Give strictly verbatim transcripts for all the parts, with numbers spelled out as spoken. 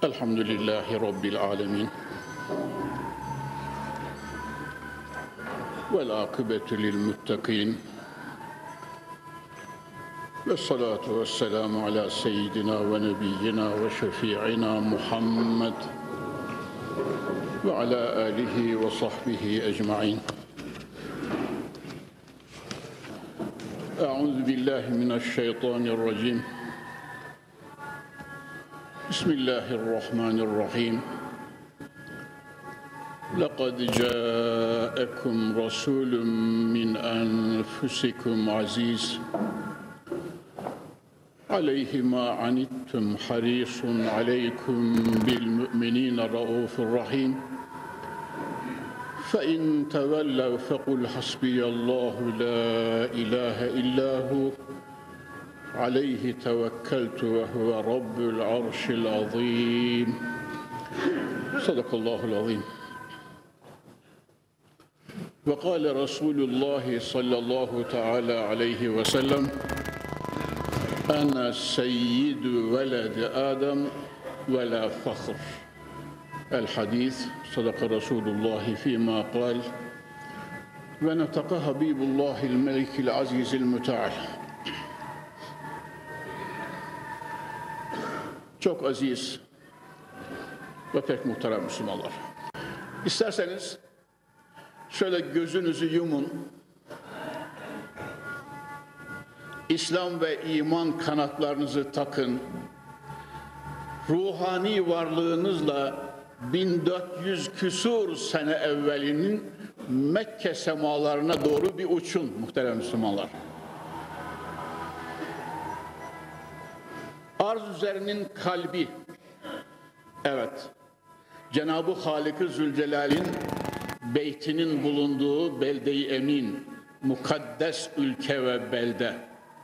Elhamdülillahi Rabbil alemin. Vel akıbetü lil muttakin. Ve salatu ve selamu ala seyyidina ve nebiyyina ve şefi'ina Muhammed ve ala alihi ve sahbihi ecma'in. Euzu billahi mineşşeytanirracim. Bismillahirrahmanirrahim. لَقَدْ جَاءَكُمْ رَسُولٌ مِّنْ أَنفُسِكُمْ عَزِيزٌ عَلَيْهِ مَا عَنِتُّمْ حَرِيصٌ عَلَيْكُمْ بِالْمُؤْمِنِينَ رَءُوفٌ رَحِيمٌ فَإِنْ تَوَلَّوْا فَقُلْ حَسْبِيَ اللَّهُ لَا إِلَٰهَ إِلَّا هُوَ عَلَيْهِ تَوَكَّلْتُ وَهُوَ رَبُّ الْعَرْشِ الْعَظِيمِ. Sadakallahul azim. Ve kâle Resulullah sallallahu teala aleyhi ve sellem: Ana seyyidü veledi Adem ve la fakhr. El hadis. Sadaka Resulullah fîmâ kâl. Ve netaka Habibullahil melikil azizil müteal. Çok aziz ve pek muhterem Müslümanlar. İsterseniz şöyle gözünüzü yumun, İslam ve iman kanatlarınızı takın, ruhani varlığınızla bin dört yüz küsur sene evvelinin Mekke semalarına doğru bir uçun muhterem Müslümanlar. Arz üzerinin kalbi, evet, Cenab-ı Halik-i Zülcelal'in beytinin bulunduğu belde-i emin, mukaddes ülke ve belde.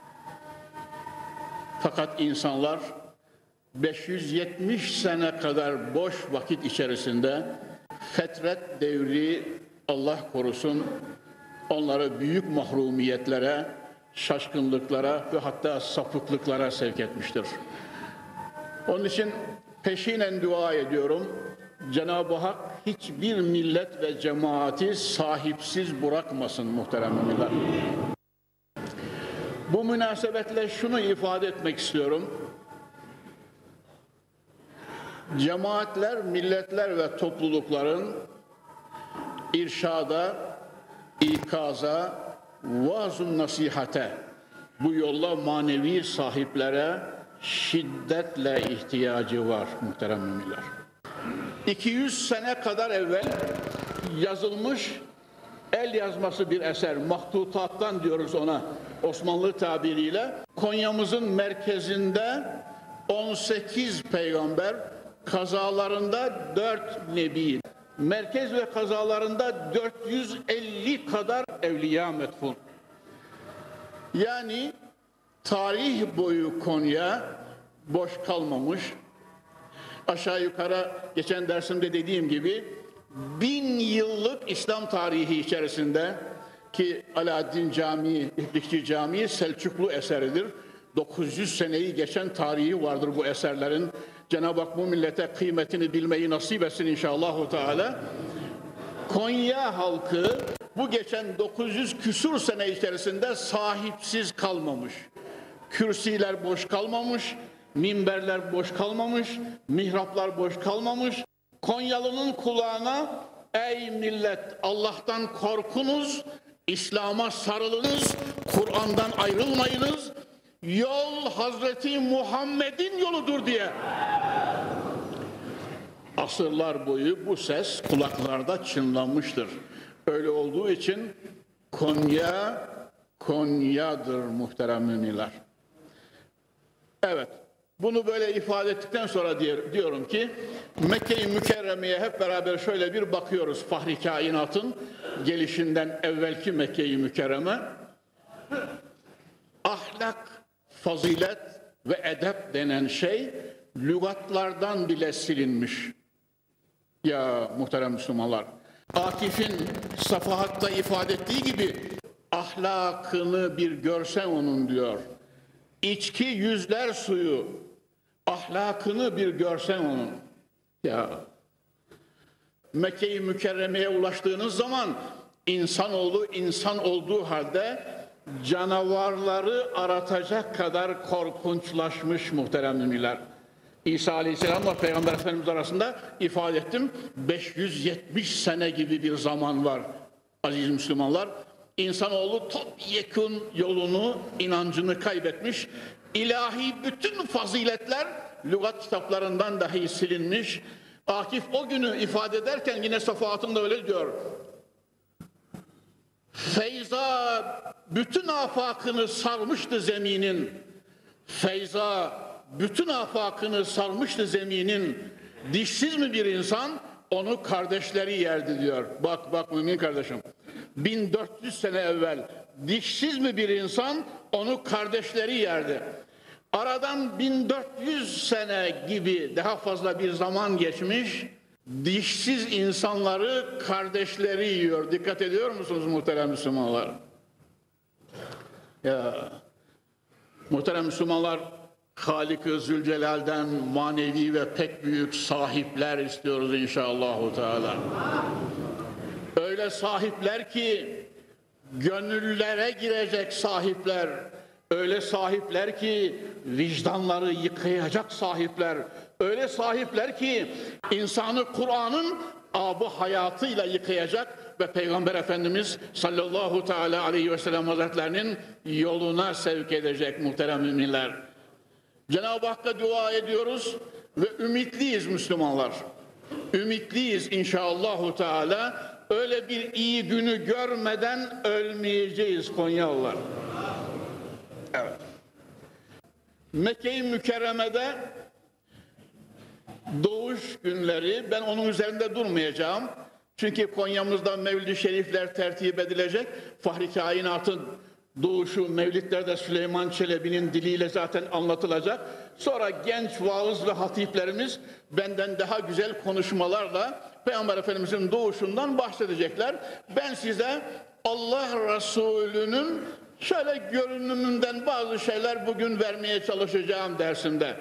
Fakat insanlar beş yüz yetmiş sene kadar boş vakit içerisinde fetret devri, Allah korusun, onları büyük mahrumiyetlere, şaşkınlıklara ve hatta sapıklıklara sevk etmiştir. Onun için peşinen dua ediyorum. Cenab-ı Hak hiçbir millet ve cemaati sahipsiz bırakmasın muhterem müminler. Bu münasebetle şunu ifade etmek istiyorum. Cemaatler, milletler ve toplulukların irşada, ikaza, vaaz-ı nasihate, bu yolla manevi sahiplere şiddetle ihtiyacı var muhterem müminler. iki yüz sene kadar evvel yazılmış el yazması bir eser, mahtutattan diyoruz ona Osmanlı tabiriyle. Konya'mızın merkezinde on sekiz peygamber, kazalarında dört nebi, merkez ve kazalarında dört yüz elli kadar evliya metfun. Yani tarih boyu Konya boş kalmamış. Aşağı yukarı geçen dersimde dediğim gibi bin yıllık İslam tarihi içerisinde ki Alaaddin Camii, İplikçi Camii Selçuklu eseridir. dokuz yüz seneyi geçen tarihi vardır bu eserlerin. Cenab-ı Hak bu millete kıymetini bilmeyi nasip etsin inşallahu teala. Konya halkı bu geçen dokuz yüz küsur sene içerisinde sahipsiz kalmamış. Kürsiler boş kalmamış, minberler boş kalmamış, mihraplar boş kalmamış. Konyalı'nın kulağına ey millet Allah'tan korkunuz, İslam'a sarılınız, Kur'an'dan ayrılmayınız, yol Hazreti Muhammed'in yoludur diye. Asırlar boyu bu ses kulaklarda çınlanmıştır. Öyle olduğu için Konya, Konya'dır muhterem müminler. Evet, bunu böyle ifade ettikten sonra diyorum ki Mekke-i Mükerreme'ye hep beraber şöyle bir bakıyoruz. Fahri kainatın gelişinden evvelki Mekke-i Mükerreme. Ahlak, fazilet ve edep denen şey lügatlardan bile silinmiş. Ya muhterem Müslümanlar, Akif'in Safahat'ta ifade ettiği gibi ahlakını bir görsen onun diyor. İçki yüzler suyu, ahlakını bir görsen onun. Ya Mekke-i Mükerreme'ye ulaştığınız zaman insanoğlu insan olduğu halde canavarları aratacak kadar korkunçlaşmış muhterem müminler. İsa Aleyhisselam'la Peygamber Efendimiz arasında ifade ettim, beş yüz yetmiş sene gibi bir zaman var aziz Müslümanlar. İnsanoğlu topyekun yolunu, inancını kaybetmiş. İlahi bütün faziletler lügat kitaplarından dahi silinmiş. Akif o günü ifade ederken yine Safahat'ında öyle diyor. Feyza bütün afakını sarmıştı zeminin. Feyza bütün afakını sarmıştı zeminin. Dişsiz mi bir insan? Onu kardeşleri yerdi diyor. Bak bak mümin kardeşim. bin dört yüz sene evvel dişsiz mi bir insan? Onu kardeşleri yerdi. Aradan bin dört yüz sene gibi daha fazla bir zaman geçmiş. Dişsiz insanları kardeşleri yiyor. Dikkat ediyor musunuz muhterem Müslümanlar? Ya muhterem Müslümanlar, Halik-ı Zülcelal'den manevi ve pek büyük sahipler istiyoruz inşallahü teala. Öyle sahipler ki gönüllere girecek sahipler, öyle sahipler ki vicdanları yıkayacak sahipler, öyle sahipler ki insanı Kur'an'ın abı hayatıyla yıkayacak ve Peygamber Efendimiz sallallahu teala aleyhi ve sellem Hazretlerinin yoluna sevk edecek muhterem müminler. Cenab-ı Hakk'a dua ediyoruz ve ümitliyiz Müslümanlar. Ümitliyiz inşallahü teala. Öyle bir iyi günü görmeden ölmeyeceğiz Konyalılar. Evet. Mekke-i Mükerreme'de doğuş günleri, ben onun üzerinde durmayacağım. Çünkü Konya'mızda Mevlid-i Şerifler tertip edilecek. Fahri Kainat'ın doğuşu Mevlidler'de Süleyman Çelebi'nin diliyle zaten anlatılacak. Sonra genç vaız ve hatiplerimiz benden daha güzel konuşmalarla Peygamber Efendimiz'in doğuşundan bahsedecekler. Ben size Allah Resulü'nün şöyle görünümünden bazı şeyler bugün vermeye çalışacağım dersimde.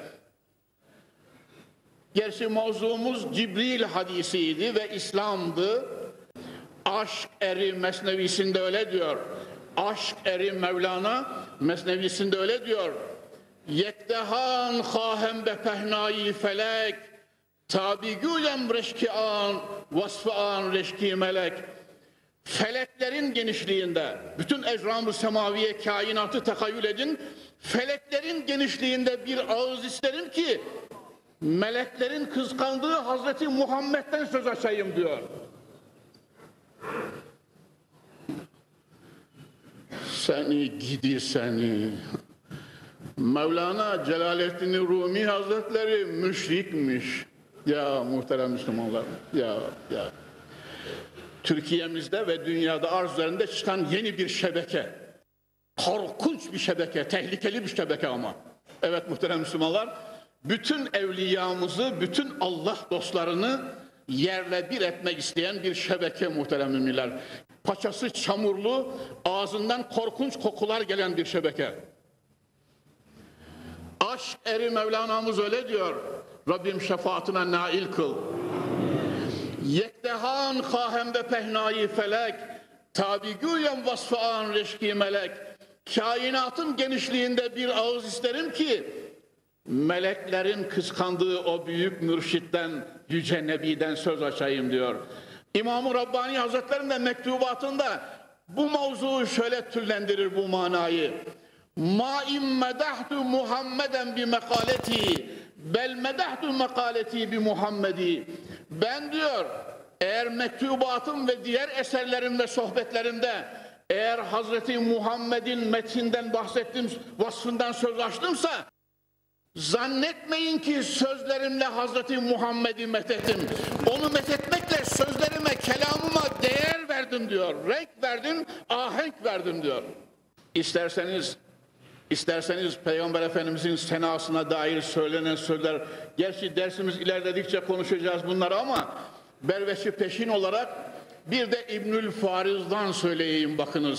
Gerçi mevzumuz Cibril hadisiydi ve İslam'dı. Aşk eri Mesnevisinde öyle diyor. Aşk eri Mevlana Mesnevisinde öyle diyor. Yektehan khahem be pehnai felek tabigüyem reşki an vasfı an reşki melek. Feleklerin genişliğinde, bütün ecram-ı semaviye kainatı tekayyül edin. Feleklerin genişliğinde bir ağız isterim ki meleklerin kıskandığı Hazreti Muhammed'den söz açayım diyor. Seni gidi seni. Mevlana Celaleddin Rumi Hazretleri müşrikmiş. Ya muhterem Müslümanlar. Ya ya. Türkiye'mizde ve dünyada arz üzerinde çıkan yeni bir şebeke. Korkunç bir şebeke, tehlikeli bir şebeke ama. Evet muhterem Müslümanlar, bütün evliyamızı, bütün Allah dostlarını yerle bir etmek isteyen bir şebeke muhterem müminler. Paçası çamurlu, ağzından korkunç kokular gelen bir şebeke. Aşk eri Mevlana'mız öyle diyor. Rabbim şefaatine nail kıl. Yektehan khahemde pehnai felek tabigüyem vasfıan reşki melek. Kainatın genişliğinde bir ağız isterim ki meleklerin kıskandığı o büyük mürşitten, yüce nebiden söz açayım diyor. İmam-ı Rabbani Hazretleri'nin de mektubatında bu mevzuu şöyle türlendirir bu manayı. Ma in medahtu Muhammeden bi mekaleti bel medahtu mekaleti bi Muhammedi. Ben diyor eğer mektubatım ve diğer eserlerim ve sohbetlerimde eğer Hazreti Muhammed'in metinden bahsettim, vasfından söz açtımsa zannetmeyin ki sözlerimle Hazreti Muhammed'i methettim. Onu methetmekle sözlerime, kelamıma değer verdim diyor. Renk verdim, ahenk verdim diyor. İsterseniz, isterseniz Peygamber Efendimizin senasına dair söylenen sözler, gerçi dersimiz ilerledikçe konuşacağız bunları ama berveşi peşin olarak bir de İbnül Fariz'dan söyleyeyim bakınız.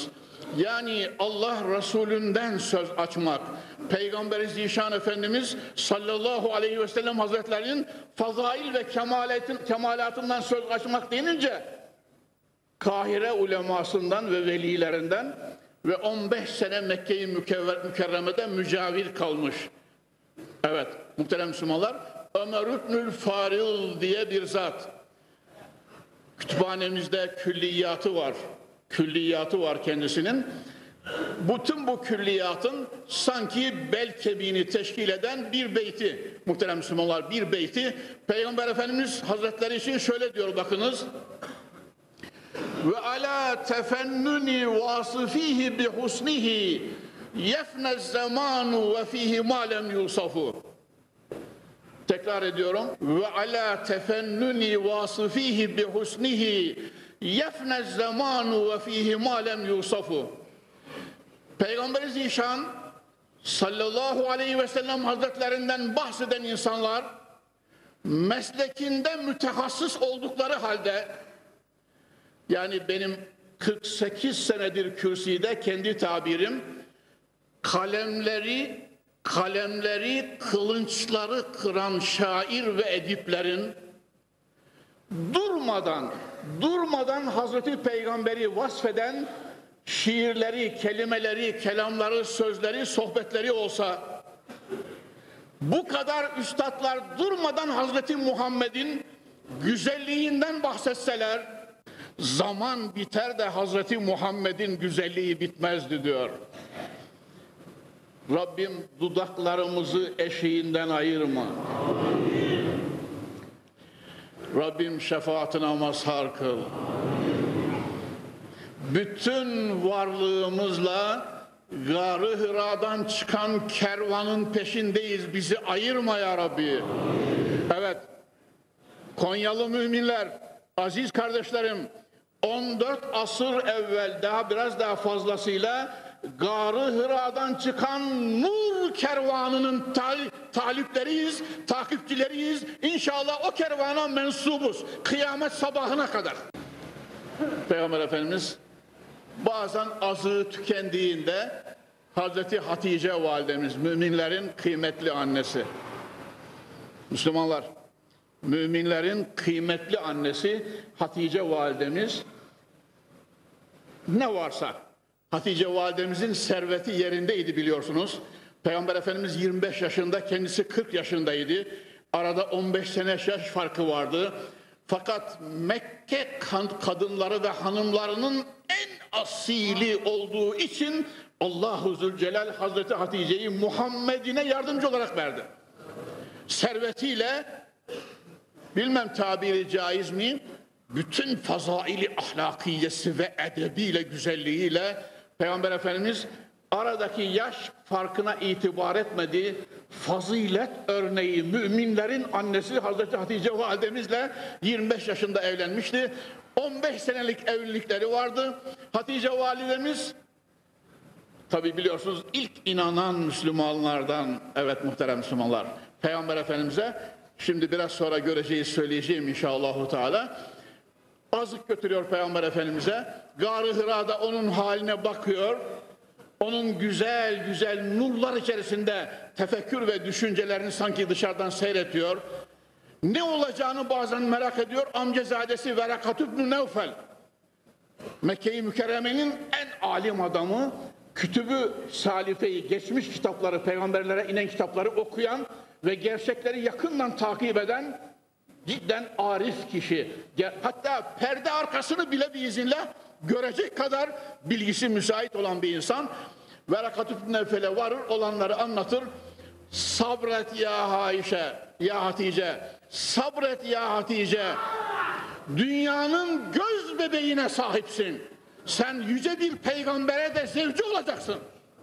Yani Allah Resulünden söz açmak, Peygamber-i Zişan Efendimiz sallallahu aleyhi ve sellem Hazretlerinin fazail ve kemaletin, kemalatından söz açmak denince Kahire ulemasından ve velilerinden ve on beş sene Mekke-i Mükerreme'de mücavir kalmış. Evet muhterem Müslümanlar, Ömer İbnül Faril diye bir zat. Kütüphanemizde külliyatı var. Külliyatı var kendisinin. Bütün bu külliyatın sanki bel kemiğini teşkil eden bir beyti, muhterem Müslümanlar, bir beyti Peygamber Efendimiz Hazretleri için şöyle diyor, bakınız. Ve ala tefennuni vasıfihi bi husnihi yefne zamanu ve fihi ma lem yusafu. Tekrar ediyorum. Ve ala tefennuni vasıfihi bi husnihi yefne zamanu ve fihi ma lem yusafu. Peygamber-i Zişan sallallahu aleyhi ve sellem Hazretlerinden bahseden insanlar meslekinde mütehassıs oldukları halde, yani benim kırk sekiz senedir kürsüde kendi tabirim, kalemleri kalemleri kılınçları kıran şair ve ediplerin durmadan durmadan Hazreti Peygamber'i vasfeden şiirleri, kelimeleri, kelamları, sözleri, sohbetleri olsa, bu kadar üstadlar durmadan Hazreti Muhammed'in güzelliğinden bahsetseler, zaman biter de Hazreti Muhammed'in güzelliği bitmezdi diyor. Rabbim dudaklarımızı eşiğinden ayırma. Rabbim şefaatine mazhar kıl. Bütün varlığımızla Gâr-ı Hira'dan çıkan kervanın peşindeyiz. Bizi ayırma ya Rabbi. Evet, Konyalı müminler, aziz kardeşlerim, on dört asır evvel, daha biraz daha fazlasıyla Gâr-ı Hira'dan çıkan nur kervanının talipleriyiz, takipçileriyiz. İnşallah o kervana mensubuz kıyamet sabahına kadar. Peygamber Efendimiz bazen azığı tükendiğinde Hazreti Hatice validemiz, müminlerin kıymetli annesi, Müslümanlar, müminlerin kıymetli annesi Hatice validemiz, ne varsa, Hatice validemizin serveti yerindeydi biliyorsunuz. Peygamber Efendimiz yirmi beş yaşında, kendisi kırk yaşındaydı. Arada on beş sene yaş farkı vardı. Fakat Mekke kadınları ve hanımlarının en asili olduğu için Allah-u Zülcelal Hazreti Hatice'yi Muhammed'ine yardımcı olarak verdi. Servetiyle, bilmem tabiri caiz mi, bütün fazaili ahlakiyesi ve edebiyle, güzelliğiyle Peygamber Efendimiz aradaki yaş farkına itibar etmedi. Fazilet örneği, müminlerin annesi Hazreti Hatice validemizle yirmi beş yaşında evlenmişti. on beş senelik evlilikleri vardı. Hatice validemiz, tabi biliyorsunuz, ilk inanan Müslümanlardan, evet muhterem Müslümanlar, Peygamber Efendimiz'e, şimdi biraz sonra göreceğiz, söyleyeceğim inşallahu teala, azık götürüyor Peygamber Efendimiz'e. Gâr-ı Hira'da onun haline bakıyor. Onun güzel güzel nurlar içerisinde tefekkür ve düşüncelerini sanki dışarıdan seyrediyor. Ne olacağını bazen merak ediyor. Amcazadesi Verakat İbn Nevfel, Mekke-i Mükerreme'nin en alim adamı, Kütüb-ü Salife'yi, geçmiş kitapları, peygamberlere inen kitapları okuyan ve gerçekleri yakından takip eden cidden arif kişi. Hatta perde arkasını bile biiznillah görecek kadar bilgisi müsait olan bir insan. Verakat İbn Nevfel'e varır, olanları anlatır. Sabret ya Ayşe, ya Hatice, sabret ya Hatice. Dünyanın göz bebeğine sahipsin. Sen yüce bir peygambere de zevci olacaksın.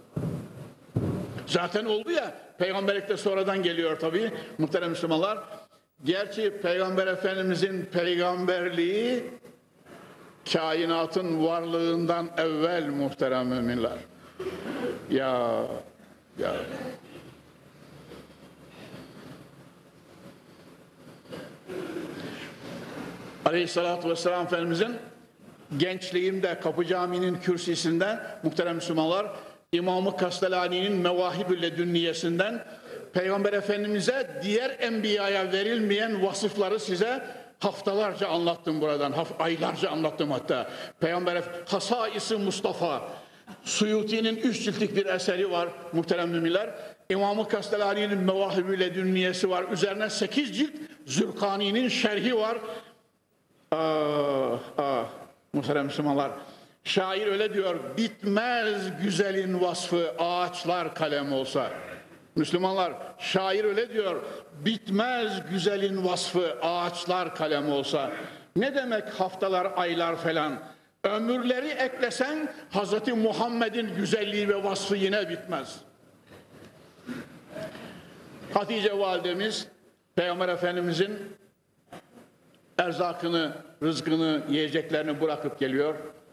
Zaten oldu ya, peygamberlik de sonradan geliyor tabii muhterem Müslümanlar. Gerçi Peygamber Efendimizin peygamberliği kainatın varlığından evvel muhterem müminler. Ya, ya. Aleyhissalatü vesselam Efendimizin gençliğimde Kapı Camii'nin kürsüsünden muhterem Müslümanlar, İmam-ı Kastalani'nin Mevahib-ü Ledünniyesinden Peygamber Efendimiz'e diğer enbiyaya verilmeyen vasıfları size haftalarca anlattım buradan, aylarca anlattım hatta. Peygamber Hasais-i Mustafa, Suyuti'nin üç ciltlik bir eseri var muhterem müminler. İmam-ı Kastalani'nin Mevahib-ü Ledünniyesi var. Üzerine sekiz cilt Zürkani'nin şerhi var. Ah, ah, muhterem Müslümanlar. Şair öyle diyor, bitmez güzelin vasfı ağaçlar kalem olsa. Müslümanlar, şair öyle diyor, bitmez güzelin vasfı ağaçlar kalem olsa. Ne demek haftalar, aylar falan? Ömürleri eklesen Hazreti Muhammed'in güzelliği ve vasfı yine bitmez. Hatice validemiz Peygamber Efendimizin erzakını, rızkını, yiyeceklerini bırakıp geliyor.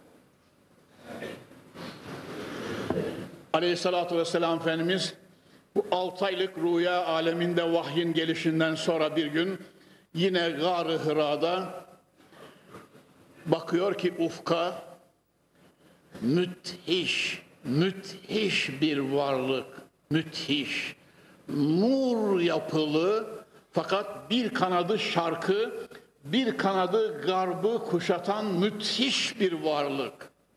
Aleyhissalatü vesselam Efendimiz bu altı aylık rüya aleminde vahyin gelişinden sonra bir gün yine Gâr-ı Hıra'da bakıyor ki ufka müthiş, müthiş bir varlık, müthiş, nur yapılı fakat bir kanadı şarkı, bir kanadı garbı kuşatan müthiş bir varlık.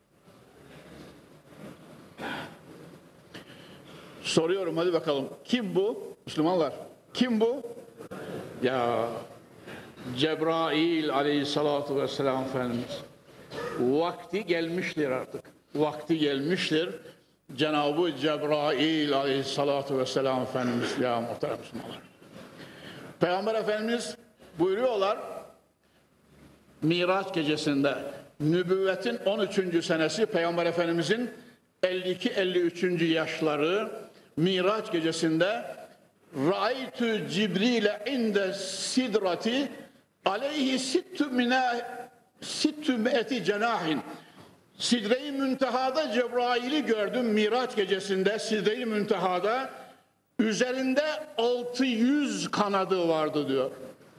Soruyorum hadi bakalım, kim bu? Müslümanlar, kim bu? Ya Cebrail aleyhissalatu vesselam Efendimiz. Vakti gelmiştir artık. Vakti gelmiştir. Cenab-ı Cebrail aleyhissalatu vesselam Efendimiz, ya muhterem Müslümanlar. Peygamber Efendimiz buyuruyorlar, Miraç gecesinde, nübüvvetin on üçüncü senesi, Peygamber Efendimizin elli iki elli üçüncü yaşları, Miraç gecesinde Ra'aytu Cibril'e inde sidrati aleyhi sittü mine sittü me'eti cenahin. Sidre-i Münteha'da Cebrail'i gördüm Miraç gecesinde, Sidre-i Münteha'da üzerinde altı yüz kanadı vardı diyor.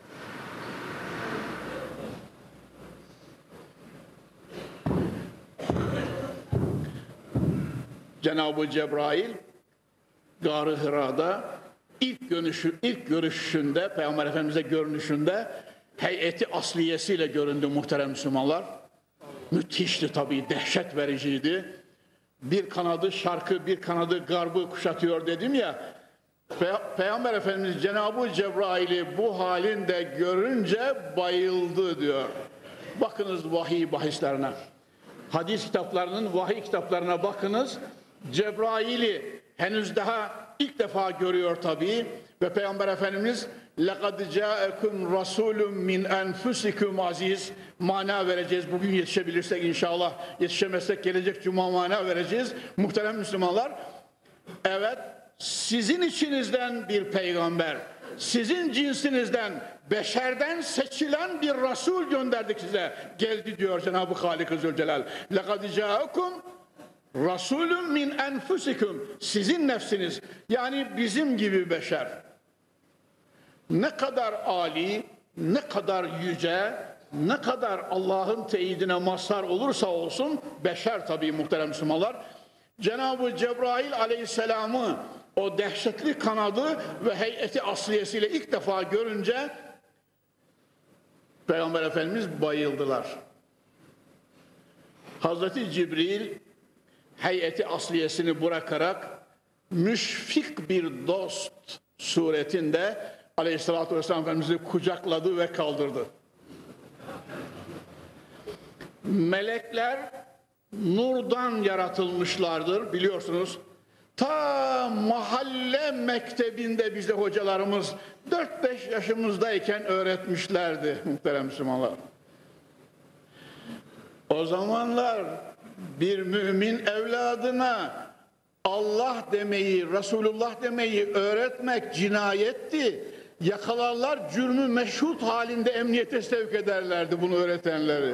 Cenab-ı Cebrail Gâr-ı Hıra'da ilk görüşü, ilk görüşünde Peygamber Efendimiz'e görünüşünde heyeti asliyesiyle göründü muhterem Müslümanlar. Müthişti tabii, dehşet vericiydi. Bir kanadı şarkı, bir kanadı garbı kuşatıyor dedim ya. Pey- Peygamber Efendimiz Cenab-ı Cebrail'i bu halinde görünce bayıldı diyor. Bakınız vahiy bahislerine. Hadis kitaplarının vahiy kitaplarına bakınız. Cebrail'i henüz daha ilk defa görüyor tabii ve Peygamber Efendimiz لَقَدْ جَاءَكُمْ رَسُولٌ مِنْ أَنْفُسِكُمْ aziz mana vereceğiz. Bugün yetişebilirsek inşallah, yetişemezsek gelecek cuma mana vereceğiz. Muhterem Müslümanlar, evet, sizin içinizden bir peygamber, sizin cinsinizden, beşerden seçilen bir Resul gönderdik size. Geldi diyor Cenab-ı Halik-i Zülcelal. لَقَدْ جَاءَكُمْ Rasulun min enfusikum, sizin nefsiniz, yani bizim gibi beşer. Ne kadar âli, ne kadar yüce, ne kadar Allah'ın teyidine mazhar olursa olsun, beşer tabii muhterem Müslümanlar. Cenab-ı Cebrail aleyhisselamı o dehşetli kanadı ve heyeti asliyesiyle ilk defa görünce Peygamber Efendimiz bayıldılar. Hazreti Cibril heyeti asliyesini bırakarak müşfik bir dost suretinde Aleyhisselatü Vesselam Efendimiz'i kucakladı ve kaldırdı. Melekler nurdan yaratılmışlardır biliyorsunuz. Ta mahalle mektebinde bize hocalarımız dört beş yaşımızdayken öğretmişlerdi muhterem Müslümanlar. O zamanlar bir mümin evladına Allah demeyi, Resulullah demeyi öğretmek cinayetti. Yakalarlar, cürmü meşhut halinde emniyete sevk ederlerdi bunu öğretenleri.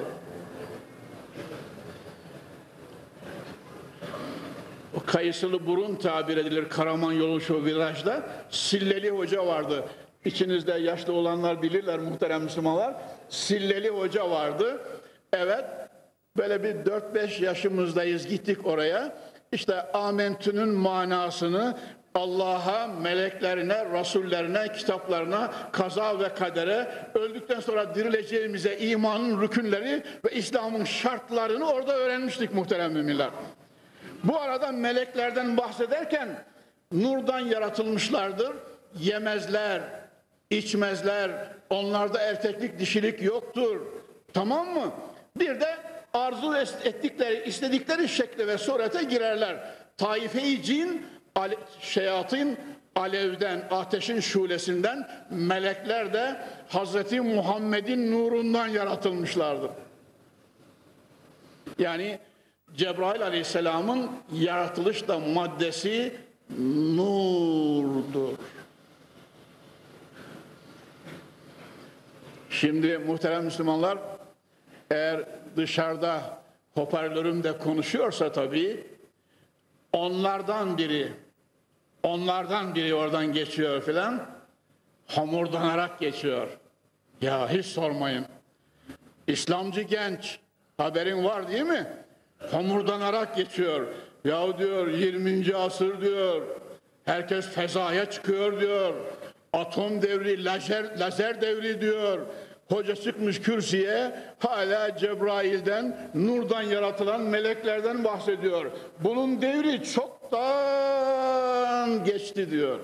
O kayısılı burun tabir edilir Karaman yolu şu virajda. Silleli hoca vardı. İçinizde yaşlı olanlar bilirler muhterem Müslümanlar. Silleli hoca vardı. Evet, Böyle bir dört beş yaşımızdayız, gittik oraya. İşte Amentü'nün manasını Allah'a, meleklerine, rasullerine, kitaplarına, kaza ve kadere, öldükten sonra dirileceğimize imanın rükünleri ve İslam'ın şartlarını orada öğrenmiştik muhterem müminler. Bu arada meleklerden bahsederken nurdan yaratılmışlardır, yemezler, içmezler, onlarda erkeklik, dişilik yoktur. Tamam mı? Bir de arzu ettikleri, istedikleri şekle ve surete girerler. Taife-i cin, şeyatin alevden, ateşin şulesinden, melekler de Hazreti Muhammed'in nurundan yaratılmışlardır. Yani Cebrail Aleyhisselam'ın yaratılış da maddesi nurdur. Şimdi muhterem Müslümanlar, eğer dışarıda hoparlörümde konuşuyorsa tabii, onlardan biri, onlardan biri oradan geçiyor filan, homurdanarak geçiyor. Ya hiç sormayın. İslamcı genç, haberin var değil mi? Homurdanarak geçiyor. Ya diyor yirminci asır diyor, herkes fezaya çıkıyor diyor. Atom devri, lazer, lazer devri diyor. Hoca çıkmış kürsüye, hala Cebrail'den, nurdan yaratılan meleklerden bahsediyor. Bunun devri çoktan geçti diyor.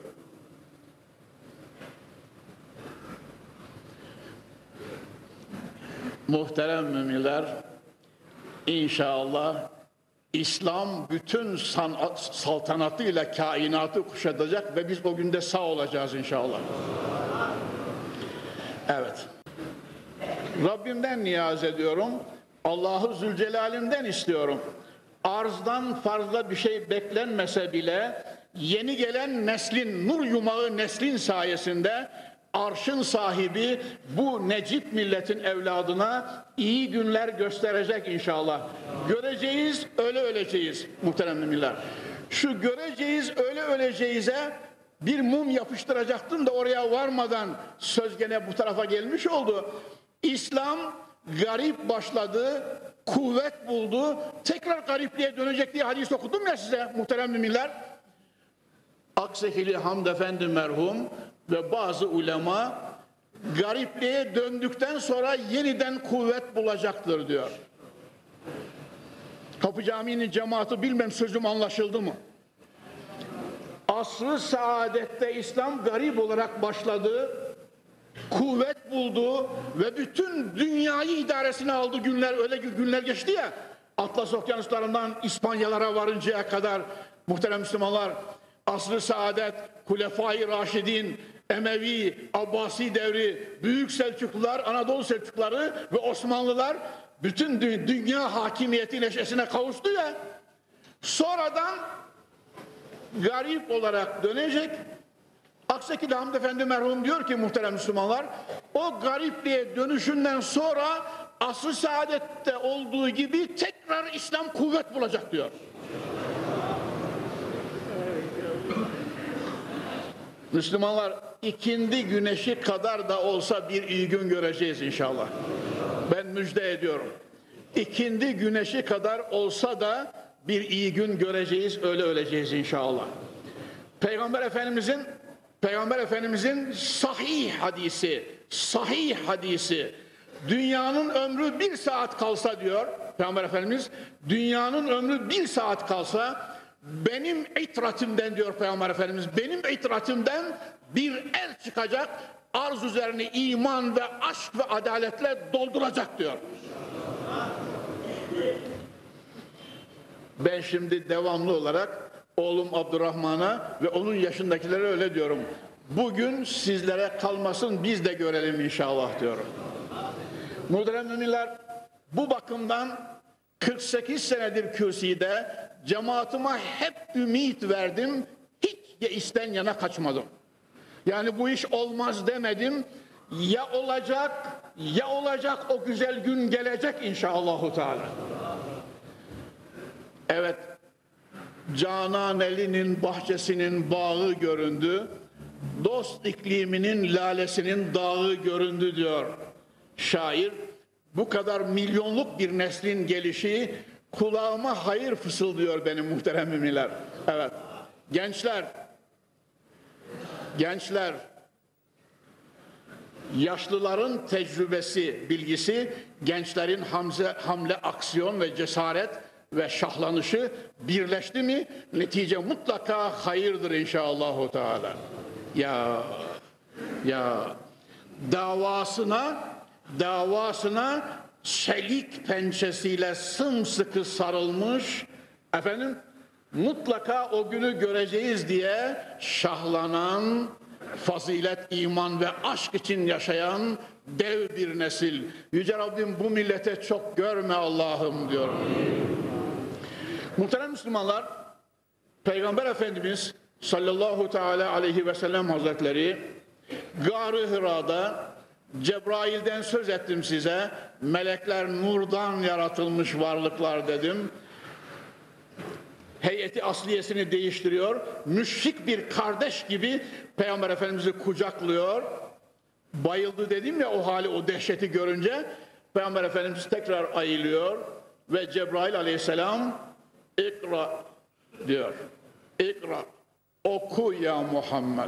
Muhterem müminler, İnşallah İslam bütün sanat, saltanatıyla kainatı kuşatacak ve biz o günde sağ olacağız inşallah. Evet. Rabbimden niyaz ediyorum. Allahu Zülcelal'imden istiyorum. Arzdan fazla bir şey beklenmese bile yeni gelen neslin, nur yumağı neslin sayesinde arşın sahibi bu necip milletin evladına iyi günler gösterecek inşallah. Göreceğiz, öyle öleceğiz muhterem müminler. Şu göreceğiz, öyle öleceğize bir mum yapıştıracaktım da oraya varmadan söz gene bu tarafa gelmiş oldu. İslam garip başladı, kuvvet buldu, tekrar garipliğe dönecek diye hadis okudum ya size muhterem müminler. Aksehili Hamd Efendi merhum ve bazı ulema garipliğe döndükten sonra yeniden kuvvet bulacaktır diyor. Kapı Camii'nin cemaati bilmem sözüm anlaşıldı mı? Asr-ı saadette İslam garip olarak başladı, kuvvet buldu ve bütün dünyayı idaresine aldı günler, öyle günler geçti ya, Atlas okyanuslarından İspanyalara varıncaya kadar muhterem Müslümanlar, asr-ı saadet, Hulefai Raşidin, Emevi, Abbasi devri, Büyük Selçuklular, Anadolu Selçukluları ve Osmanlılar bütün dü dünya hakimiyeti neşesine kavuştu ya, sonradan garip olarak dönecek. Aksakil Hamd Efendi merhum diyor ki muhterem Müslümanlar, o garipliğe dönüşünden sonra asr-ı saadette olduğu gibi tekrar İslam kuvvet bulacak diyor. Müslümanlar ikindi güneşi kadar da olsa bir iyi gün göreceğiz inşallah. Ben müjde ediyorum. İkindi güneşi kadar olsa da bir iyi gün göreceğiz, öyle öleceğiz inşallah. Peygamber Efendimizin Peygamber Efendimizin sahih hadisi, sahih hadisi, dünyanın ömrü bir saat kalsa diyor Peygamber Efendimiz, dünyanın ömrü bir saat kalsa benim itratimden diyor Peygamber Efendimiz, benim itratimden bir el çıkacak, arz üzerine iman ve aşk ve adaletle dolduracak diyor. Ben şimdi devamlı olarak oğlum Abdurrahman'a ve onun yaşındakilere öyle diyorum. Bugün sizlere kalmasın, biz de görelim inşallah diyorum. Muhterem müminler, bu bakımdan kırk sekiz senedir kürsüde cemaatime hep ümit verdim. Hiç isten yana kaçmadım. Yani bu iş olmaz demedim. Ya olacak, ya olacak, o güzel gün gelecek inşallahu teala. Evet. Cananeli'nin bahçesinin bağı göründü, dost ikliminin lalesinin dağı göründü diyor şair. bu kadar milyonluk bir neslin gelişi kulağıma hayır fısıldıyor benim muhterem müminler. Evet, gençler, gençler, yaşlıların tecrübesi, bilgisi, gençlerin hamle, hamle, aksiyon ve cesaret ve şahlanışı birleşti mi netice mutlaka hayırdır inşallah Teala. Ya ya davasına davasına çelik pençesiyle sımsıkı sarılmış, efendim mutlaka o günü göreceğiz diye şahlanan, fazilet, iman ve aşk için yaşayan dev bir nesil. Yüce Rabbim bu millete çok görme Allah'ım diyorum. Muhterem Müslümanlar, Peygamber Efendimiz sallallahu teala aleyhi ve sellem Hazretleri Gâr-ı Hira'da, Cebrail'den söz ettim size, melekler nurdan yaratılmış varlıklar dedim. Heyeti asliyesini değiştiriyor, müşrik bir kardeş gibi Peygamber Efendimiz'i kucaklıyor. Bayıldı dedim ya o hali, o dehşeti görünce Peygamber Efendimiz tekrar ayılıyor ve Cebrail aleyhisselam ikra diyor. İkra, oku ya Muhammed.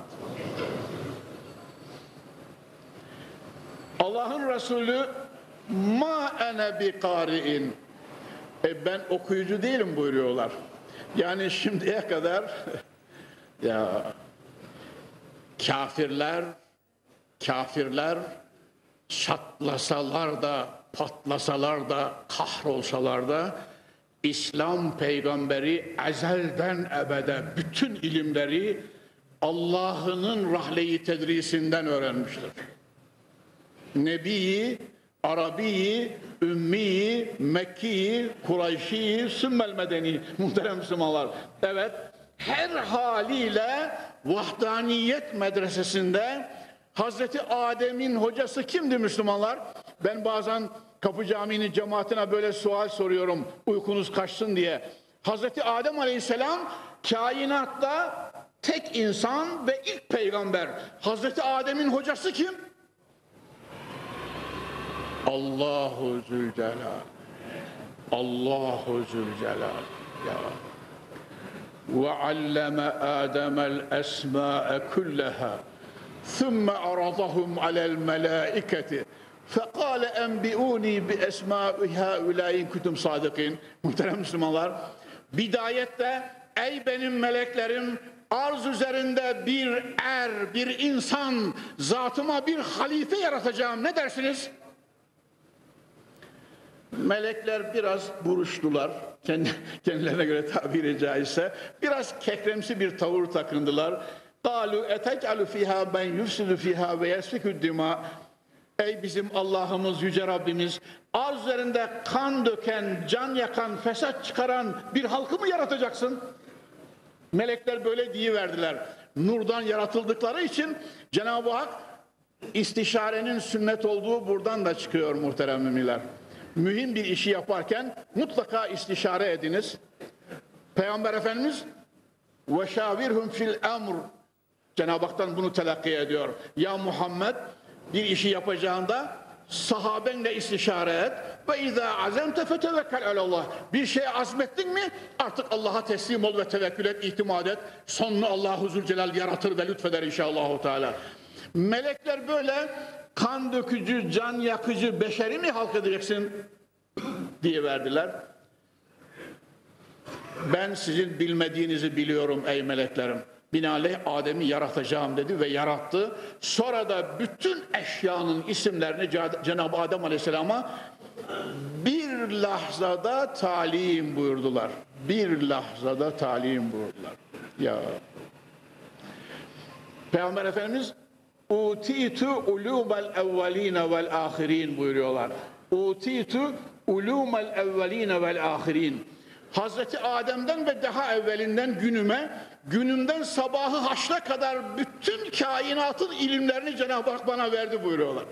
Allah'ın Resulü ma ene bi kari'in, e ben okuyucu değilim buyuruyorlar. Yani şimdiye kadar ya kafirler kafirler çatlasalar da, patlasalar da, kahrolsalar da İslam peygamberi ezelden ebede bütün ilimleri Allah'ın rahle-i tedrisinden öğrenmiştir. Nebi'yi, Arabi'yi, Ümmi'yi, Mekki'yi, Kureyşi'yi, Sümmel Medeni, muhterem Müslümanlar. Evet, her haliyle vahdaniyet medresesinde Hazreti Adem'in hocası kimdi Müslümanlar? Ben bazen Kapı Camii'nin cemaatine böyle sual soruyorum, uykunuz kaçsın diye. Hazreti Adem Aleyhisselam kainatta tek insan ve ilk peygamber. Hazreti Adem'in hocası kim? Allahu Zülcelal. Allahu Zülcelal. Ya. Ve alleme Adem'el esma'e kulleha. Thumma aradahum alel melaiketi. Fekale enbi'uni bi esma'i haulâ in kuntum sâdıkîn. Muhterem Müslümanlar, bidayette ey benim meleklerim, arz üzerinde bir er, bir insan, zatıma bir halife yaratacağım. Ne dersiniz? Melekler biraz buruştular, kendilerine göre tabiri caizse, biraz kekremsi bir tavır takındılar. قَالُوا اَتَجْعَلُ فِيهَا مَنْ يُفْسِدُ فِيهَا وَيَسْفِكُ الدِّمَاءِ. Ey bizim Allah'ımız, Yüce Rabbimiz, arz üzerinde kan döken, can yakan, fesat çıkaran bir halkı mı yaratacaksın? Melekler böyle diyiverdiler. Nurdan yaratıldıkları için Cenab-ı Hak istişarenin sünnet olduğu buradan da çıkıyor muhterem müminler. Mühim bir işi yaparken mutlaka istişare ediniz. Peygamber Efendimiz وَشَاوِرْهُمْ فِي الْاَمْرِ Cenab-ı Hak'tan bunu telakki ediyor. Ya Muhammed, bir işi yapacağında sahabenle istişare et. Ve izâ azemte fetevekkel alallah. Bir şeye azmettin mi artık Allah'a teslim ol ve tevekkül et, itimat et. Sonunu Allah-u Zülcelal yaratır ve lütfeder inşallah Teala. Melekler böyle kan dökücü, can yakıcı beşeri mi halk edeceksin diye verdiler. Ben sizin bilmediğinizi biliyorum ey meleklerim. Binaenaleyh Adem'i yaratacağım dedi ve yarattı. Sonra da bütün eşyanın isimlerini Cenab-ı Adem Aleyhisselam'a bir lahzada talim buyurdular. Bir lahzada talim buyurdular. Ya Peygamber Efendimiz Utitu ulumel evveline vel ahirin buyuruyorlar. Utitu ulumel evveline vel ahirin. Hazreti Adem'den ve daha evvelinden günüme, günümden sabahı haşra kadar bütün kainatın ilimlerini Cenab-ı Hak bana verdi buyuruyorlar.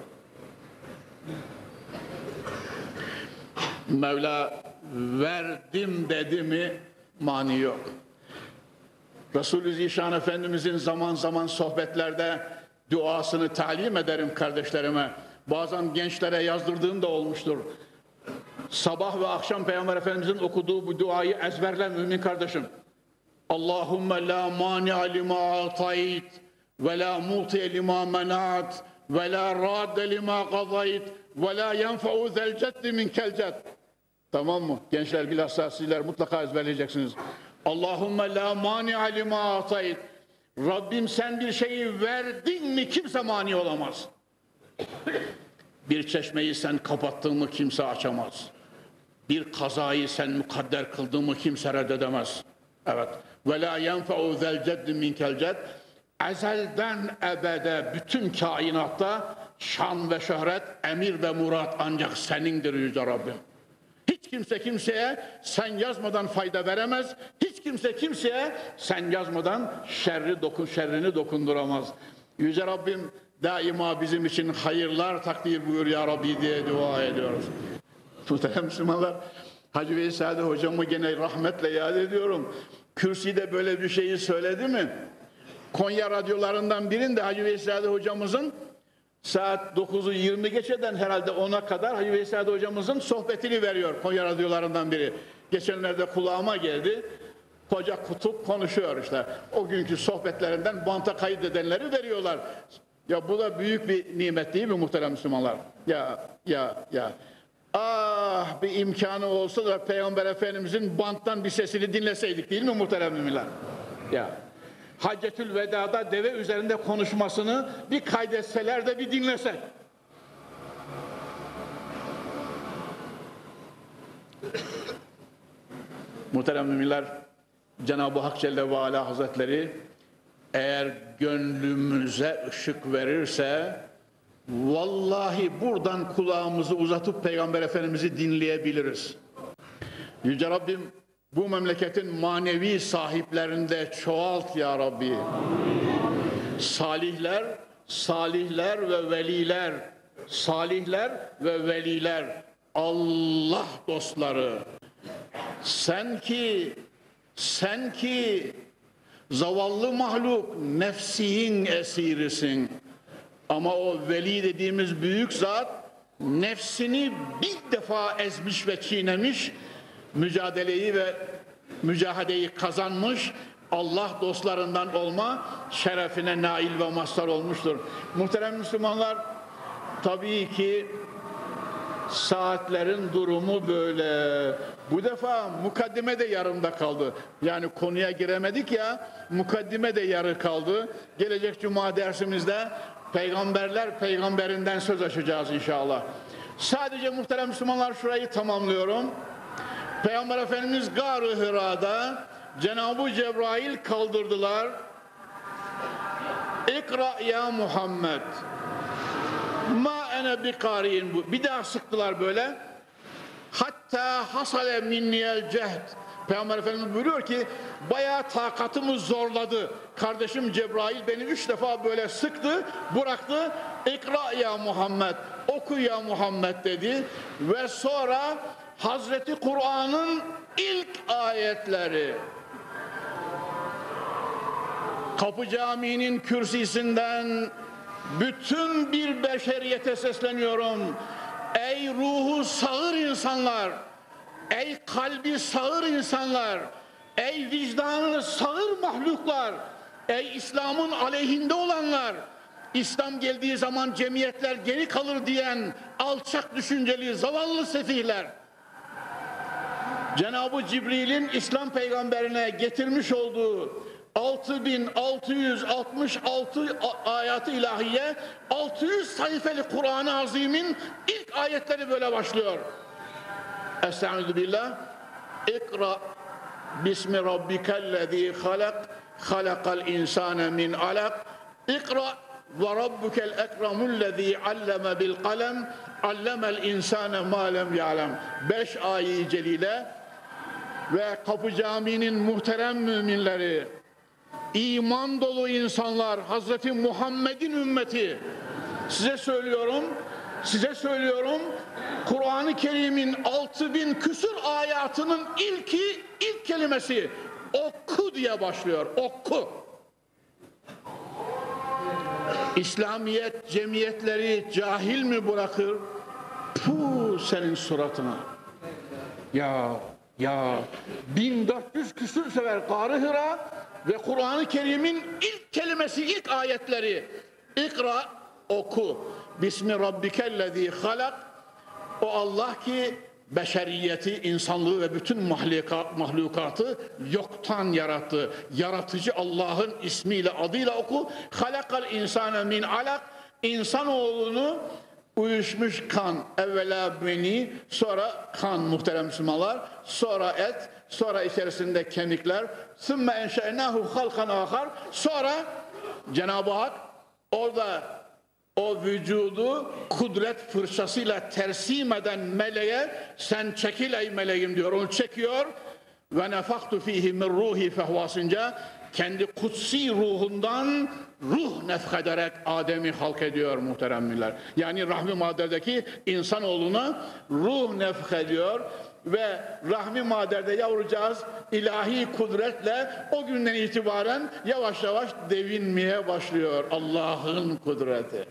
Mevla verdim dedi mi mani yok. Resul-i Zişan Efendimizin zaman zaman sohbetlerde duasını talim ederim kardeşlerime. bazen gençlere yazdırdığım da olmuştur. Sabah ve akşam Peygamber Efendimizin okuduğu bu duayı ezberle mümin kardeşim. Allahümme la mani'a lima atayt ve la mu'tiye lima menat ve la radde lima qadayt ve la yenfe'u zel ceddi minkel cedd. Tamam mı? Gençler, bilhassa sizler mutlaka ezberleyeceksiniz. Allahümme la mani'a lima atayt. Rabbim sen bir şeyi verdin mi kimse mani olamaz. Bir çeşmeyi sen kapattın mı kimse açamaz. Bir kazayı sen mukadder kıldın mı kimse reddedemez. Evet. Ve la yenfe'u zel ceddi minkel cedd. Ezelden ebede bütün kainatta şan ve şöhret, emir ve murat ancak senindir Yüce Rabbim. Hiç kimse kimseye sen yazmadan fayda veremez. Hiç kimse kimseye sen yazmadan şerri dokun, şerrini dokunduramaz. Yüce Rabbim daima bizim için hayırlar takdir buyur ya Rabbi diye dua ediyoruz. Muhterem Müslümanlar, Hacı Veysade hocamı gene rahmetle yad ediyorum. Kürsüde böyle bir şeyi söyledi mi? Konya radyolarından birinde Hacı Veysade hocamızın saat dokuzu yirmi geçeden herhalde ona kadar Hacı Veysade hocamızın sohbetini veriyor Konya radyolarından biri. Geçenlerde kulağıma geldi. Koca kutup konuşuyor işte. O günkü sohbetlerinden banta kaydedenleri veriyorlar. Ya bu da büyük bir nimet değil mi muhterem Müslümanlar? Ya ya ya. Ah, bir imkanı olsa da Peygamber Efendimizin banttan bir sesini dinleseydik değil mi muhterem müminler? Ya. Haccetül Veda'da deve üzerinde konuşmasını bir kaydetseler de bir dinlesek. Muhterem müminler, Cenab-ı Hak Celle ve Ala Hazretleri eğer gönlümüze ışık verirse vallahi buradan kulağımızı uzatıp Peygamber Efendimiz'i dinleyebiliriz. Yüce Rabbim bu memleketin manevi sahiplerinde çoğalt ya Rabbi. Amin. Salihler, salihler ve veliler, salihler ve veliler, Allah dostları. Sen ki, sen ki zavallı mahluk nefsinin esirisin. Ama o veli dediğimiz büyük zat nefsini bir defa ezmiş ve çiğnemiş, mücadeleyi ve mücahadeyi kazanmış, Allah dostlarından olma şerefine nail ve mazhar olmuştur. Muhterem Müslümanlar, tabii ki saatlerin durumu böyle. Bu defa mukaddime de yarımda kaldı. Yani konuya giremedik ya, mukaddime de yarı kaldı. Gelecek cuma dersimizde peygamberler peygamberinden söz açacağız inşallah. Sadece muhterem Müslümanlar şurayı tamamlıyorum. Peygamber Efendimiz Gâr-ı Hira'da Cenab-ı Cebrail kaldırdılar. İkra ya Muhammed. Ma ene bi kâri'in. Bir daha sıktılar böyle. Hatta hasale minniyel cehd. Peygamber Efendimiz buyuruyor ki bayağı takatımı zorladı. Kardeşim Cebrail beni üç defa böyle sıktı, bıraktı. İkra ya Muhammed. Oku ya Muhammed dedi. Ve sonra Hazreti Kur'an'ın ilk ayetleri. Kapı Camii'nin kürsüsünden bütün bir beşeriyete sesleniyorum. Ey ruhu sağır insanlar, ey kalbi sağır insanlar, ey vicdanı sağır mahluklar, ey İslam'ın aleyhinde olanlar, İslam geldiği zaman cemiyetler geri kalır diyen alçak düşünceli zavallı sefihler. Cenab-ı Cibril'in İslam peygamberine getirmiş olduğu altı bin altı yüz altmış altı ayat-ı ilahiye, altı yüz sayfalı Kur'an-ı Azim'in ilk ayetleri böyle başlıyor. Estaizu billah. İkra bismi rabbikellezî halak, halakal insâne min alak. İkra ve rabbukel ekremullezî alleme bil kalem, allemel insâne mâ lem ya'lem. Beş ayet-i celile ve Kapı Camii'nin muhterem müminleri, İman dolu insanlar, Hazreti Muhammed'in ümmeti, size söylüyorum, size söylüyorum, Kur'an-ı Kerim'in altı bin küsur ayatının ilki, ilk kelimesi oku diye başlıyor, oku. İslamiyet cemiyetleri cahil mi bırakır? Puh senin suratına. Ya ya bin dört yüz küsur sefer Gâr-ı Hira ve Kur'an-ı Kerim'in ilk kelimesi, ilk ayetleri. İkra, oku. Bismi rabbikellezî halak. O Allah ki beşeriyeti, insanlığı ve bütün mahlukat, mahlukatı yoktan yarattı. Yaratıcı Allah'ın ismiyle, adıyla oku. Halakal insane min alak. İnsanoğlunu uyuşmuş kan, evvela beni, sonra kan muhterem Müslümanlar, sonra et, sonra içerisinde kemikler, sümme enşe'nâhu halkan âhar, sonra Cenab-ı Hak orada o vücudu kudret fırçasıyla tersim eden meleğe sen çekil ey meleğim diyor. Onu çekiyor ve nefaktu fihi min ruhi fehvasınca kendi kutsi ruhundan ruh nefkederek Adem'i halk ediyor muhteremler. Yani rahmi maderdeki insanoğluna ruh nefkediyor ve rahmi maderde yavrucağız ilahi kudretle o günden itibaren yavaş yavaş devinmeye başlıyor. Allah'ın kudreti.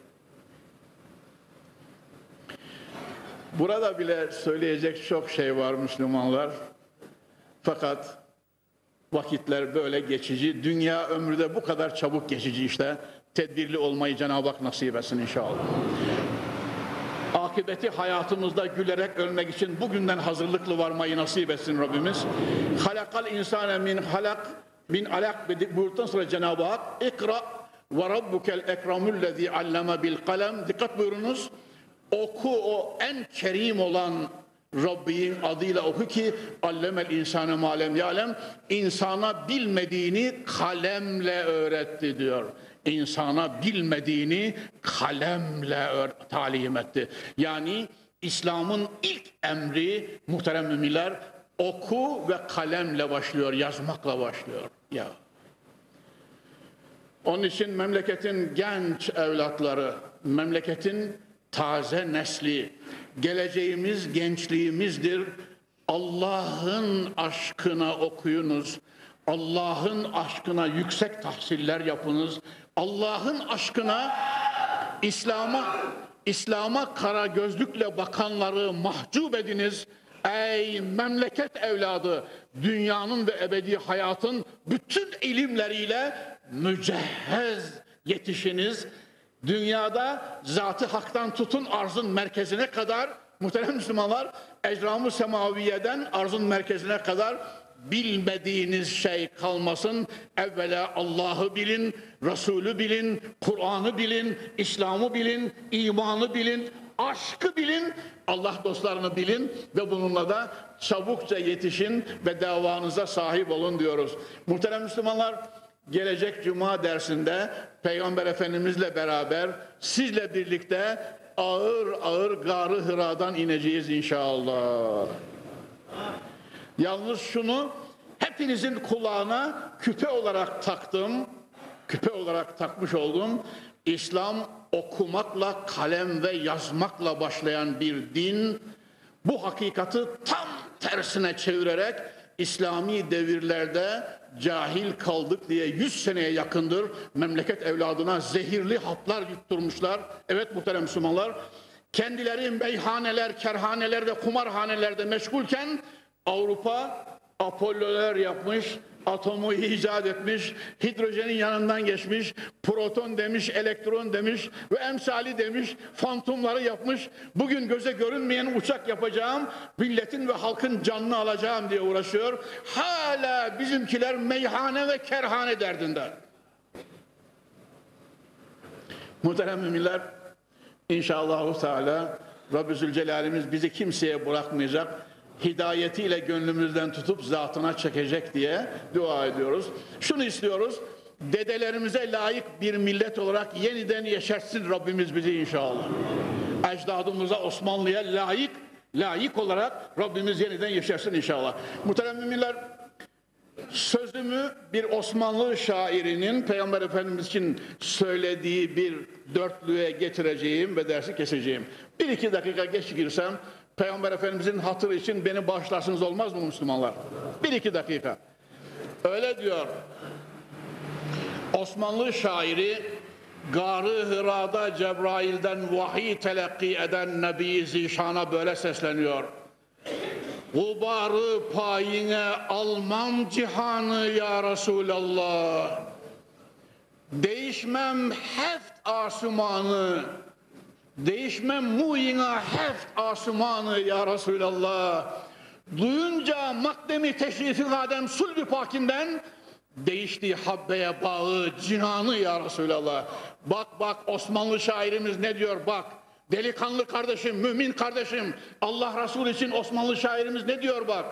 Burada bile söyleyecek çok şey var Müslümanlar. Fakat vakitler böyle geçici. Dünya ömrü de bu kadar çabuk geçici işte. Tedbirli olmayı Cenab-ı Hak nasip etsin inşallah. Akıbeti hayatımızda gülerek ölmek için bugünden hazırlıklı varmayı nasip etsin Rabbimiz. Halakal insane min halak min alak buyurduktan sonra Cenab-ı Hak ikra ve rabbukel ekramüllezî alleme bil kalem. Dikkat buyurunuz. Oku o en kerim olan Rabbin adıyla oku ki allemel insane malem yalem, insana bilmediğini kalemle öğretti diyor. İnsana bilmediğini kalemle talim etti. Yani İslam'ın ilk emri muhterem müminler oku ve kalemle başlıyor, yazmakla başlıyor. Ya. Onun için memleketin genç evlatları, memleketin taze nesli, geleceğimiz gençliğimizdir. Allah'ın aşkına okuyunuz. Allah'ın aşkına yüksek tahsiller yapınız. Allah'ın aşkına İslam'a İslam'a kara gözlükle bakanları mahcup ediniz. Ey memleket evladı, dünyanın ve ebedi hayatın bütün ilimleriyle mücehhez yetişiniz. Dünyada zat-ı haktan tutun arzın merkezine kadar muhterem Müslümanlar, ecram-ı semaviyeden arzın merkezine kadar bilmediğiniz şey kalmasın. Evvela Allah'ı bilin, Resulü bilin, Kur'an'ı bilin, İslam'ı bilin, imanı bilin, aşkı bilin, Allah dostlarını bilin ve bununla da çabukça yetişin ve davanıza sahip olun diyoruz. Muhterem Müslümanlar, gelecek Cuma dersinde Peygamber Efendimizle beraber sizle birlikte ağır ağır Gâr-ı Hira'dan ineceğiz inşallah. Yalnız şunu hepinizin kulağına küpe olarak taktım, küpe olarak takmış oldum. İslam okumakla, kalem ve yazmakla başlayan bir din. Bu hakikati tam tersine çevirerek İslami devirlerde cahil kaldık diye yüz seneye yakındır memleket evladına zehirli haplar yutturmuşlar. Evet muhterem Müslümanlar, kendileri meyhaneler, kerhaneler ve kumarhanelerde meşgulken Avrupa Apollo'lar yapmış, atomu icat etmiş, hidrojenin yanından geçmiş, proton demiş, elektron demiş ve emsali demiş, fantomları yapmış. Bugün göze görünmeyen uçak yapacağım, milletin ve halkın canını alacağım diye uğraşıyor. Hala bizimkiler meyhane ve kerhane derdinde. Muhterem müminler, inşallah Teala Rabbi Zülcelal'imiz bizi kimseye bırakmayacak. Hidayetiyle gönlümüzden tutup zatına çekecek diye dua ediyoruz. Şunu istiyoruz, dedelerimize layık bir millet olarak yeniden yeşertsin Rabbimiz bizi inşallah. Ecdadımıza, Osmanlı'ya layık, layık olarak Rabbimiz yeniden yeşertsin inşallah. Muhterem müminler, sözümü bir Osmanlı şairinin Peygamber Efendimiz için söylediği bir dörtlüğe getireceğim ve dersi keseceğim. Bir iki dakika geç girsem, Peygamber Efendimizin hatırı için beni bağışlarsınız olmaz mı Müslümanlar? Bir iki dakika. Öyle diyor Osmanlı şairi Gâr-ı Hıra'da Cebrail'den vahiy telakki eden Nebi Zişan'a böyle sesleniyor. Gubarı payine almam cihanı ya Resulallah. Değişmem heft asumanı. Değişmem muyina heft asumanı ya Resulallah. Duyunca makdemi teşrifin Adem sulb-i pakinden değişti habbeye bağı cinanı ya Resulallah. Bak bak Osmanlı şairimiz ne diyor bak. Delikanlı kardeşim, mümin kardeşim, Allah Resulü için Osmanlı şairimiz ne diyor bak.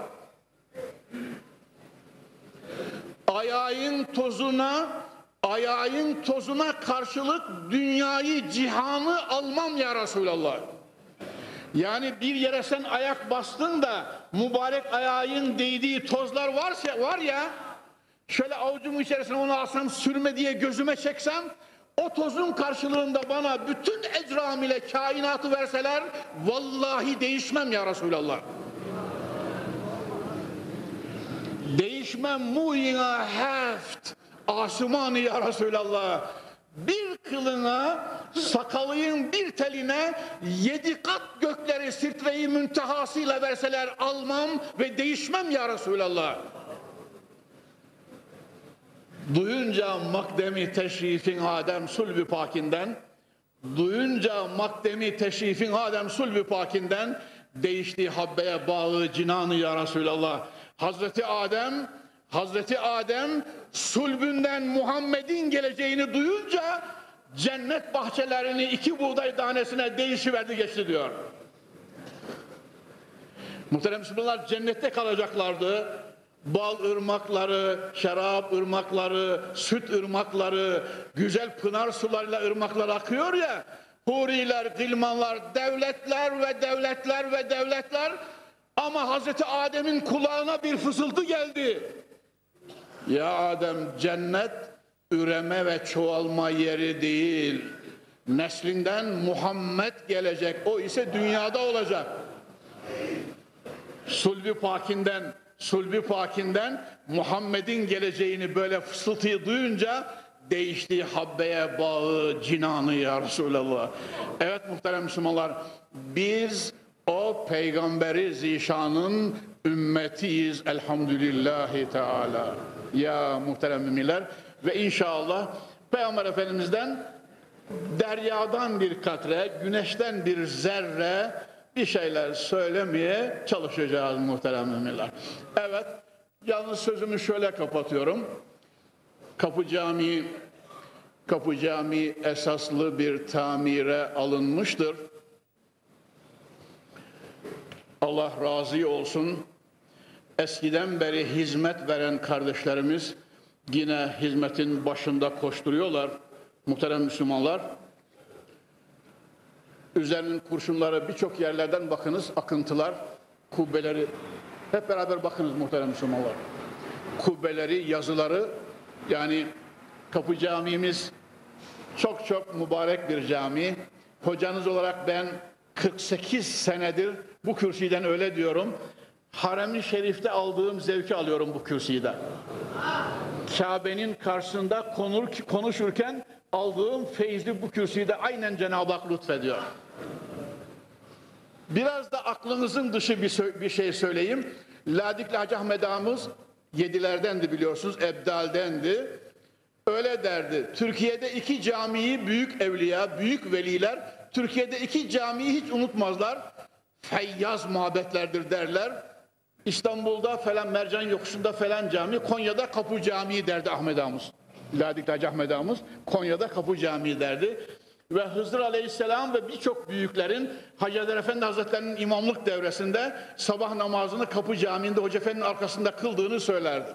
Ayağın tozuna, ayağın tozuna karşılık dünyayı, cihanı almam ya Resulallah. Yani bir yere sen ayak bastın da mübarek ayağın değdiği tozlar varsa, var ya, şöyle avucumun içerisine onu alsam, sürme diye gözüme çeksem, o tozun karşılığında bana bütün ecram ile kainatı verseler, vallahi değişmem ya Resulallah. Değişmem muyina heft asumanı ya Resulallah. Bir kılına, sakalıyın bir teline yedi kat gökleri sirtre-i müntehasıyla verseler almam ve değişmem ya Resulallah. Duyunca makdemi teşrifin Adem sulb-i pakinden, duyunca makdemi teşrifin Adem sulb-i pakinden değişti habbeye bağı cinanı ya Resulallah. Hazreti Adem, Hazreti Adem sulbünden Muhammed'in geleceğini duyunca cennet bahçelerini iki buğday tanesine değişiverdi geçti diyor. Muhterem Müslümanlar, cennette kalacaklardı. Bal ırmakları, şarap ırmakları, süt ırmakları, güzel pınar sularıyla ırmaklar akıyor ya. Huriler, gılmanlar, devletler ve devletler ve devletler. Ama Hazreti Adem'in kulağına bir fısıltı geldi. Ya Adem, cennet üreme ve çoğalma yeri değil. Neslinden Muhammed gelecek. O ise dünyada olacak. Sulb-i pakinden, Sulb-i pakinden Muhammed'in geleceğini böyle fısıltıyı duyunca değişti habbeye bağı cinanı ya Resulallah. Evet muhterem Müslümanlar, biz o Peygamberi Zişan'ın ümmetiyiz elhamdülillahi teala. Ya muhterem müminler, ve inşallah Peygamber Efendimiz'den deryadan bir katre, güneşten bir zerre bir şeyler söylemeye çalışacağız muhterem müminler. Evet, yalnız sözümü şöyle kapatıyorum. Kapı Camii, Kapı Camii esaslı bir tamire alınmıştır. Allah razı olsun. Eskiden beri hizmet veren kardeşlerimiz yine hizmetin başında koşturuyorlar. Muhterem Müslümanlar, üzerinin kurşunları birçok yerlerden bakınız, akıntılar, kubbeleri, hep beraber bakınız muhterem Müslümanlar. Kubbeleri, yazıları, yani Kapı Camimiz çok çok mübarek bir cami. Hocanız olarak ben kırk sekiz senedir bu kürsüden öyle diyorum. Harem-i Şerif'te aldığım zevki alıyorum bu kürsüde. Kabe'nin karşısında konur, konuşurken aldığım feyzi bu kürsüde aynen Cenab-ı Hak lütfediyor. Biraz da aklınızın dışı bir, bir şey söyleyeyim. Ladikli Hacı Ahmet Ağamız yedilerdendi biliyorsunuz, Ebdal'dendi. Öyle derdi. Türkiye'de iki camiyi büyük evliya, büyük veliler, Türkiye'de iki camiyi hiç unutmazlar. Feyyaz mabetlerdir derler. İstanbul'da falan Mercan Yokuşu'nda falan cami, Konya'da Kapı Camii derdi Ahmet Ağamız. Ladikli Hacı Ahmet Ağamız Konya'da Kapı Camii derdi. Ve Hızır Aleyhisselam ve birçok büyüklerin Hacı Haydar Efendi Hazretleri'nin imamlık devresinde sabah namazını Kapı Camii'nde Hoca Efendi'nin arkasında kıldığını söylerdi.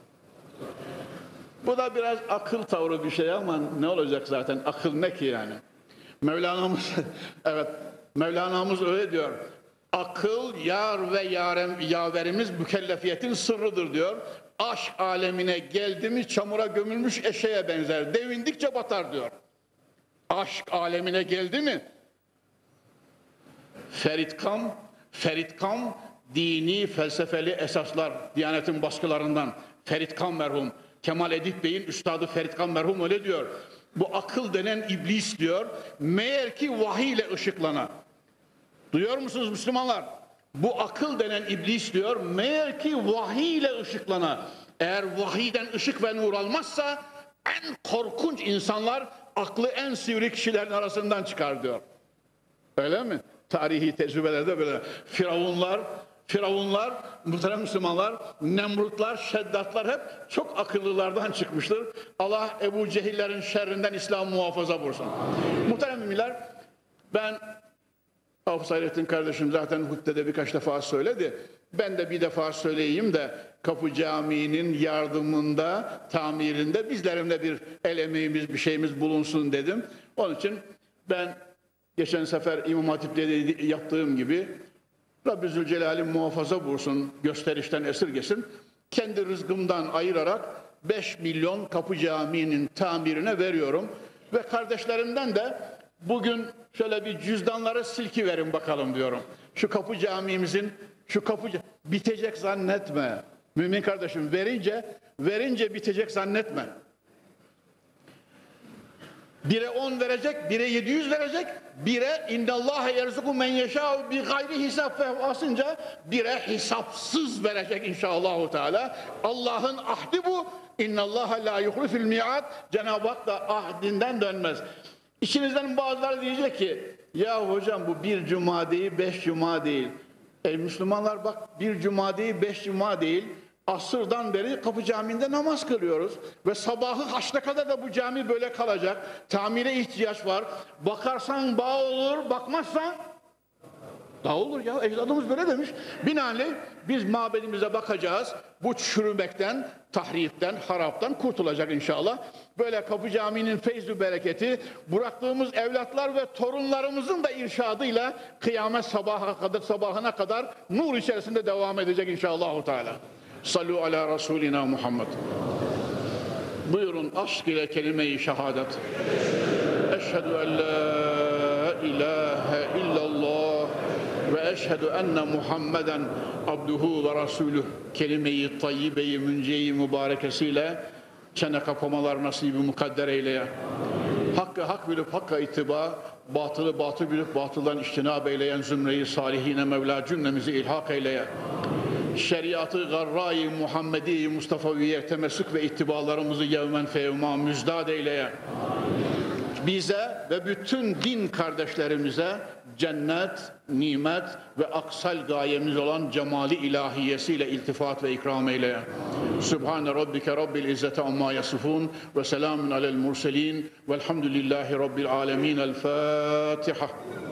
Bu da biraz akıl tavrı bir şey ama ne olacak zaten, akıl ne ki yani? Mevlana'mız evet, Mevlana'mız öyle diyor. Akıl yar ve yarem, yaverimiz mükellefiyetin sırrıdır diyor. Aşk alemine geldi mi çamura gömülmüş eşeğe benzer. Devindikçe batar diyor. Aşk alemine geldi mi? Feritkam, Feritkam dini felsefeli esaslar Diyanet'in baskılarından. Feritkam merhum, Kemal Edip Bey'in üstadı Feritkam merhum öyle diyor. Bu akıl denen iblis diyor. Meğer ki vahiy ile ışıklana. Duyuyor musunuz Müslümanlar? Bu akıl denen iblis diyor. Meğer ki vahiy ile ışıklana. Eğer vahiyden ışık ve nur almazsa en korkunç insanlar aklı en sivri kişilerin arasından çıkar diyor. Öyle mi? Tarihi tecrübelerde böyle. Firavunlar, Firavunlar, muhterem Müslümanlar, Nemrutlar, Şeddatlar hep çok akıllılardan çıkmıştır. Allah Ebu Cehillerin şerrinden İslam muhafaza buyursun. Muhterem müminler, ben Hafız Hayrettin kardeşim zaten hutbede birkaç defa söyledi. Ben de bir defa söyleyeyim de Kapı Camii'nin yardımında, tamirinde bizlerin de bir el emeğimiz, bir şeyimiz bulunsun dedim. Onun için ben geçen sefer İmam Hatip'te de yaptığım gibi Rabbi Zülcelal'in muhafaza buyursun, gösterişten esirgesin. Kendi rızkımdan ayırarak beş milyon Kapı Camii'nin tamirine veriyorum. Ve kardeşlerimden de bugün şöyle bir cüzdanları silki verin bakalım diyorum. Şu Kapı Camii'mizin, şu kapı bitecek zannetme. Mümin kardeşim, verince, verince bitecek zannetme. Bire on verecek, bire yedi yüz verecek, bire innallâhe yerzuku men yeşâhu bi gayri hisab asınca bire hesapsız verecek inşallahü teâlâ. Allah'ın ahdi bu. İnnallâhe lâ yuhlifil mi'ad. Cenab-ı Hak da ahdinden dönmez. İçinizden bazıları diyecek ki ya hocam bu bir cuma değil, beş cuma değil. Ey Müslümanlar bak, bir cuma değil, beş cuma değil. Asırdan beri Kapı Camii'nde namaz kılıyoruz. Ve sabahı kaçta kadar da bu cami böyle kalacak. Tamire ihtiyaç var. Bakarsan bağ olur, bakmazsan dağ olur ya. Ecdadımız böyle demiş. Binaenaleyh biz mabedimize bakacağız. Bu çürümekten, tahripten, haraptan kurtulacak inşallah. Böyle Kapı Camii'nin feyzü bereketi, bıraktığımız evlatlar ve torunlarımızın da irşadıyla kıyamet sabaha kadar, sabahına kadar nur içerisinde devam edecek inşallah Teala. Sallu ala Resulina Muhammed. Buyurun aşk ile kelime-i şehadet. Eşhedü en la ilahe illallah ve eşhedü enne Muhammeden abduhu ve rasuluh. Kelime-i tayyibe-i münce-i mübarekesiyle çene kapamalar nasibi mukadder eyleye. Hakkı hak bilip hakka ittiba, batılı batıl bilip batıldan iştinab eyleyen zümre-i salihine Mevla cümlemizi ilhak eyleye. Şeriatı garra-i Muhammedi Mustafa'ya temessük ve ittibalarımızı yevmen fevma müzdad eyleye. Bize ve bütün din kardeşlerimize cennet, nimet ve aksal gayemiz olan cemali ilahiyesiyle iltifat ve ikram eyleye. Sübhane Rabbike Rabbil İzzeti amma yasifun ve selamun alel murselin velhamdülillahi Rabbil alemin. El Fatiha.